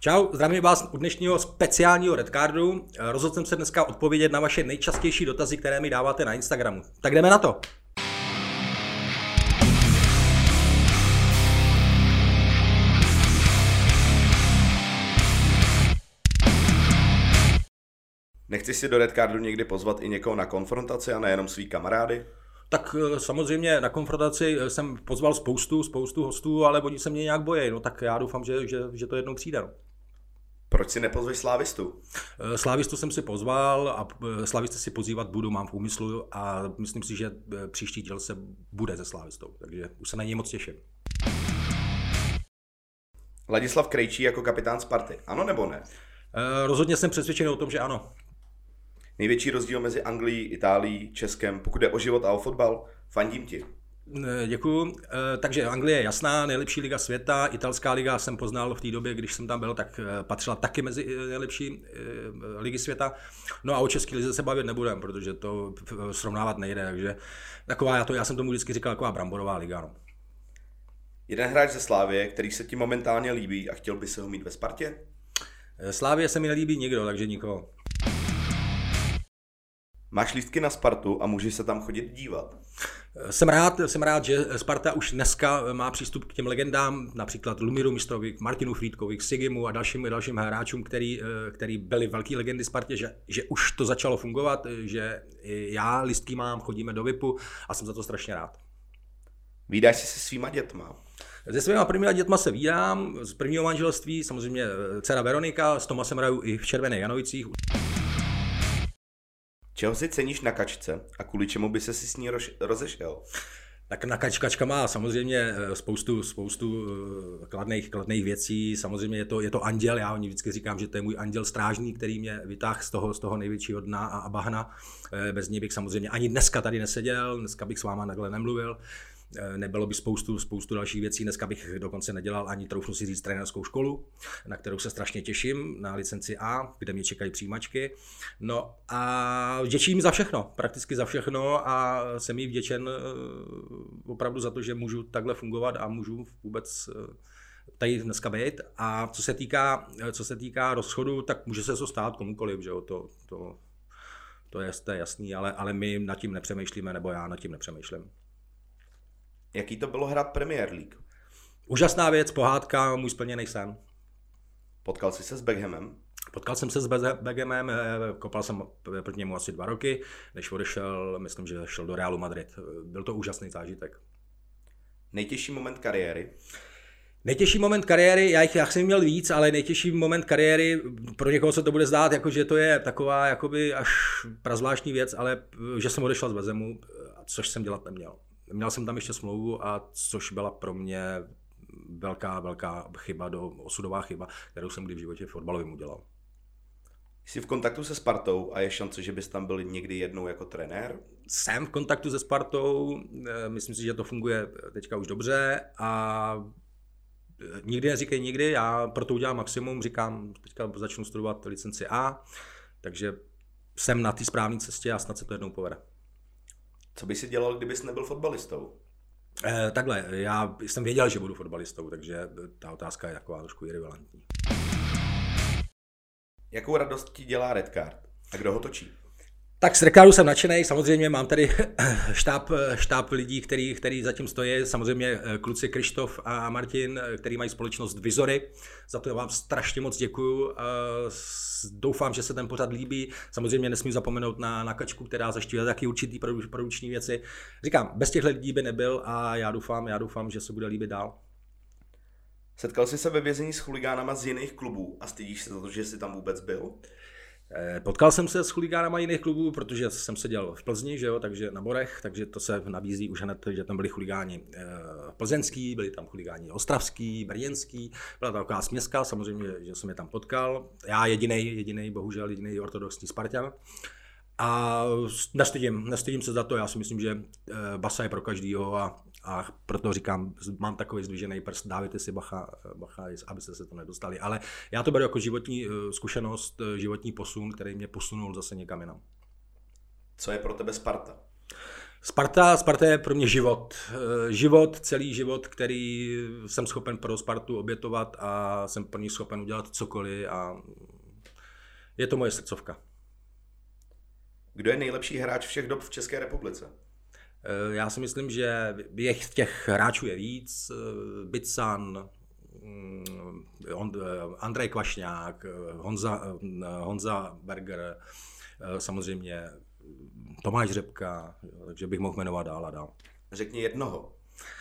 Čau, zdravím vás u dnešního speciálního Redcardu. Rozhodl jsem se dneska odpovědět na vaše nejčastější dotazy, které mi dáváte na Instagramu. Tak jdeme na to. Nechci si do Redcardu někdy pozvat i někoho na konfrontaci a nejenom svý kamarády? Tak samozřejmě na konfrontaci jsem pozval spoustu hostů, ale oni se mě nějak bojí. No tak já doufám, že to jednou přijde. Proč si nepozveš slávistu? Slávistu jsem si pozval a slávisty si pozývat budu, mám v úmyslu a myslím si, že příští díl se bude se slávistou, takže už se na něj moc těším. Ladislav Krejčí jako kapitán Sparty, ano nebo ne? Rozhodně jsem přesvědčený o tom, že ano. Největší rozdíl mezi Anglií, Itálií, Českem, pokud jde o život a o fotbal, fandím ti. Děkuju. Takže Anglie je jasná, nejlepší liga světa, italská liga jsem poznal v té době, když jsem tam byl, tak patřila taky mezi nejlepší ligy světa. No a o české lize se bavit nebudem, protože to srovnávat nejde, takže já jsem tomu vždycky říkal, taková bramborová liga. No. Jeden hráč ze Slavie, který se ti momentálně líbí a chtěl by se ho mít ve Spartě? Slavie se mi nelíbí nikdo, takže nikoho. Máš lístky na Spartu a můžeš se tam chodit dívat? Jsem rád, že Sparta už dneska má přístup k těm legendám, například Lumíru Mistrovi, Martinu Frýdkovi, Sigimu a dalším hráčům, který byli velký legendy Spartě, že už to začalo fungovat, že já lístky mám, chodíme do VIPu a jsem za to strašně rád. Vídáš si se svýma dětma? Se svýma prvníma dětma se vídám, z prvního manželství, samozřejmě dcera Veronika, s Tomasem hraju i v Červených Janovicích. Čeho si ceníš na Kačce a kvůli čemu by se si s ní rozešel? Tak na Kačka má samozřejmě spoustu kladných věcí, samozřejmě je to anděl, já o ní vždycky říkám, že to je můj anděl strážný, který mě vytáhl z toho největšího dna a bahna. Bez něj bych samozřejmě ani dneska tady neseděl, dneska bych s váma takhle nemluvil. Nebylo by spoustu dalších věcí, dneska bych dokonce nedělal ani, troufnu si říct, trenérskou školu, na kterou se strašně těším, na licenci A, kde mě čekají přijímačky. No a vděčím za všechno, prakticky za všechno a jsem jí vděčen opravdu za to, že můžu takhle fungovat a můžu vůbec tady dneska být. A co se týká rozchodu, tak může se to stát komukoliv, že jo, to je jasný, ale my nad tím nepřemýšlíme, nebo já nad tím nepřemýšlím. Jaký to bylo hrát Premier League? Úžasná věc, pohádka, můj splněný sen. Potkal jsi se s Beckhamem? Potkal jsem se s Beckhamem, kopal jsem proti němu asi 2 roky, než odešel, myslím, že šel do Realu Madrid. Byl to úžasný zážitek. Nejtěžší moment kariéry? Nejtěžší moment kariéry, já jsem měl víc, ale nejtěžší moment kariéry, pro někoho se to bude zdát, jako, že to je taková jakoby až prazvláštní věc, ale že jsem odešel z Vezemu, což jsem dělat neměl. Měl jsem tam ještě smlouvu, a což byla pro mě velká chyba, osudová chyba, kterou jsem kdy v životě fotbalovým udělal. Jsi v kontaktu se Spartou a je šance, že bys tam byl někdy jednou jako trenér? Jsem v kontaktu se Spartou, myslím si, že to funguje teďka už dobře a nikdy neříkej nikdy, já proto udělám maximum, říkám, teďka začnu studovat licenci A, takže jsem na té správné cestě a snad se to jednou povede. Co by si dělal, kdybys nebyl fotbalistou? Takhle, já jsem věděl, že budu fotbalistou, takže ta otázka je taková trošku irrelevantní. Jakou radost ti dělá Redcard a kdo ho točí? Tak z Redcardu jsem nadšenej, samozřejmě mám tady štáb lidí, který zatím stojí, samozřejmě kluci Krištof a Martin, který mají společnost Vizory, za to vám strašně moc děkuju, doufám, že se ten pořad líbí, samozřejmě nesmím zapomenout na Kačku, která zaštívá taky určitý produkční věci, říkám, bez těchto lidí by nebyl a já doufám, že se bude líbit dál. Setkal jsi se ve vězení s chuligánama z jiných klubů a stydíš se za to, že jsi tam vůbec byl? Potkal jsem se s chuligánama jiných klubů, protože jsem seděl v Plzni, že jo, takže na Borech, takže to se nabízí už hned, že tam byli chuligáni plzeňský, byli tam chuligáni ostravský, brněnský, byla taková směska, samozřejmě, že jsem je tam potkal. Já bohužel jedinej ortodoxní Spartan. A nestydím se za to, já si myslím, že basa je pro každýho a proto říkám, mám takový zdvižený prst, dávajte si bacha, abyste se to nedostali. Ale já to beru jako životní zkušenost, životní posun, který mě posunul zase někam jinam. Co je pro tebe Sparta? Sparta je pro mě život. Život, celý život, který jsem schopen pro Spartu obětovat a jsem pro ní schopen udělat cokoliv a je to moje srdcovka. Kdo je nejlepší hráč všech dob v České republice? Já si myslím, že těch hráčů je víc. Bitsan, Andrej Kvašňák, Honza Berger, samozřejmě Tomáš Řepka, takže bych mohl jmenovat dál a dál. Řekni jednoho.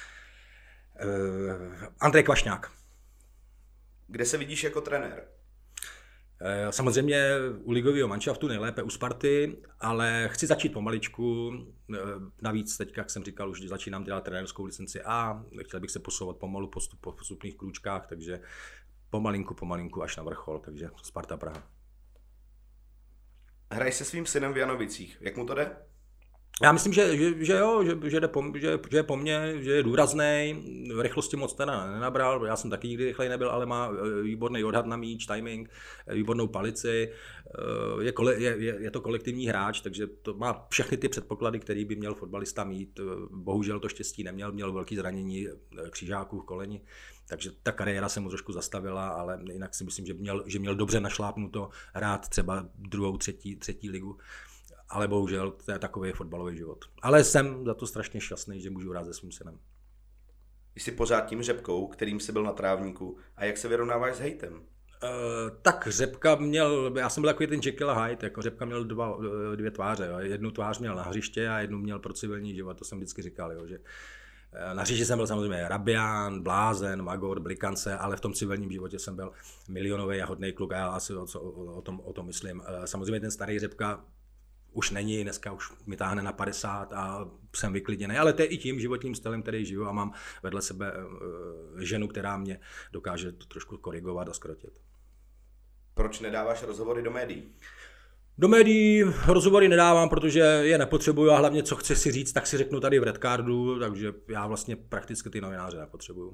Andrej Kvašňák. Kde se vidíš jako trenér? Samozřejmě u ligového manšaftu, nejlépe u Sparty, ale chci začít pomaličku. Navíc teď, jak jsem říkal, už začínám dělat trenérskou licenci A, chtěl bych se posouvat pomalu po postupných krůčkách, takže pomalinku až na vrchol, takže Sparta Praha. Hraj se svým synem v Janovicích, jak mu to jde? Já myslím, že je po mně, že je důrazný, v rychlosti moc teda nenabral, já jsem taky nikdy rychlej nebyl, ale má výborný odhad na míč, timing, výbornou palici, je to kolektivní hráč, takže to má všechny ty předpoklady, které by měl fotbalista mít. Bohužel to štěstí neměl, měl velké zranění křížáků v koleni, takže ta kariéra se mu trošku zastavila, ale jinak si myslím, že měl dobře našlápnuto hrát třeba druhou, třetí ligu. Ale bohužel to je takový fotbalový život. Ale jsem za to strašně šťastný, že můžu hrát se svým synem. Jsi pořád tím Řepkou, kterým jsi byl na trávníku, a jak se vyrovnáváš s hejtem? Tak Řepka měl, já jsem byl takový ten Jekyll a Hyde, jako Řepka měl dvě tváře. Jo. Jednu tvář měl na hřiště a jednu měl pro civilní život, to jsem vždycky říkal. Jo, že na hřiště jsem byl samozřejmě rabián, blázen, magor, blikance, ale v tom civilním životě jsem byl milionový a hodnej kluk a já asi o tom myslím. Samozřejmě ten starý Řepka už není, dneska už mi táhne na 50 a jsem vyklidněný, ale to je i tím životním stylem, který žiju a mám vedle sebe ženu, která mě dokáže to trošku korigovat a zkrotit. Proč nedáváš rozhovory do médií? Do médií rozhovory nedávám, protože je nepotřebuju a hlavně co chci si říct, tak si řeknu tady v Redcardu, takže já vlastně prakticky ty novináře nepotřebuju.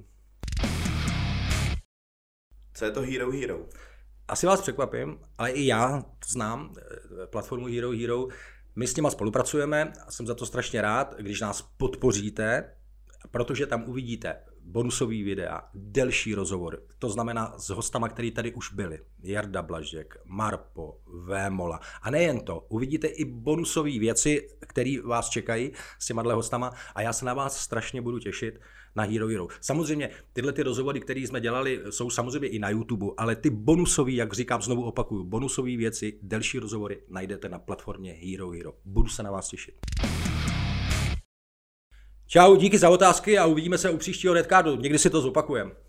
Co je to Hero Hero? Asi vás překvapím, ale i já znám platformu Hero Hero. My s nima spolupracujeme a jsem za to strašně rád, když nás podpoříte, protože tam uvidíte bonusový videa, delší rozhovor. To znamená s hostama, který tady už byli. Jarda Blažek, Marpo, Vémola. A nejen to, uvidíte i bonusové věci, které vás čekají s těma hostama a já se na vás strašně budu těšit na Hero Hero. Samozřejmě tyhle ty rozhovory, které jsme dělali, jsou samozřejmě i na YouTube, ale ty bonusové, jak říkám, znovu opakuju, bonusové věci, delší rozhovory najdete na platformě Hero Hero. Budu se na vás těšit. Čau, díky za otázky a uvidíme se u příštího Redcardu. Někdy si to zopakujeme.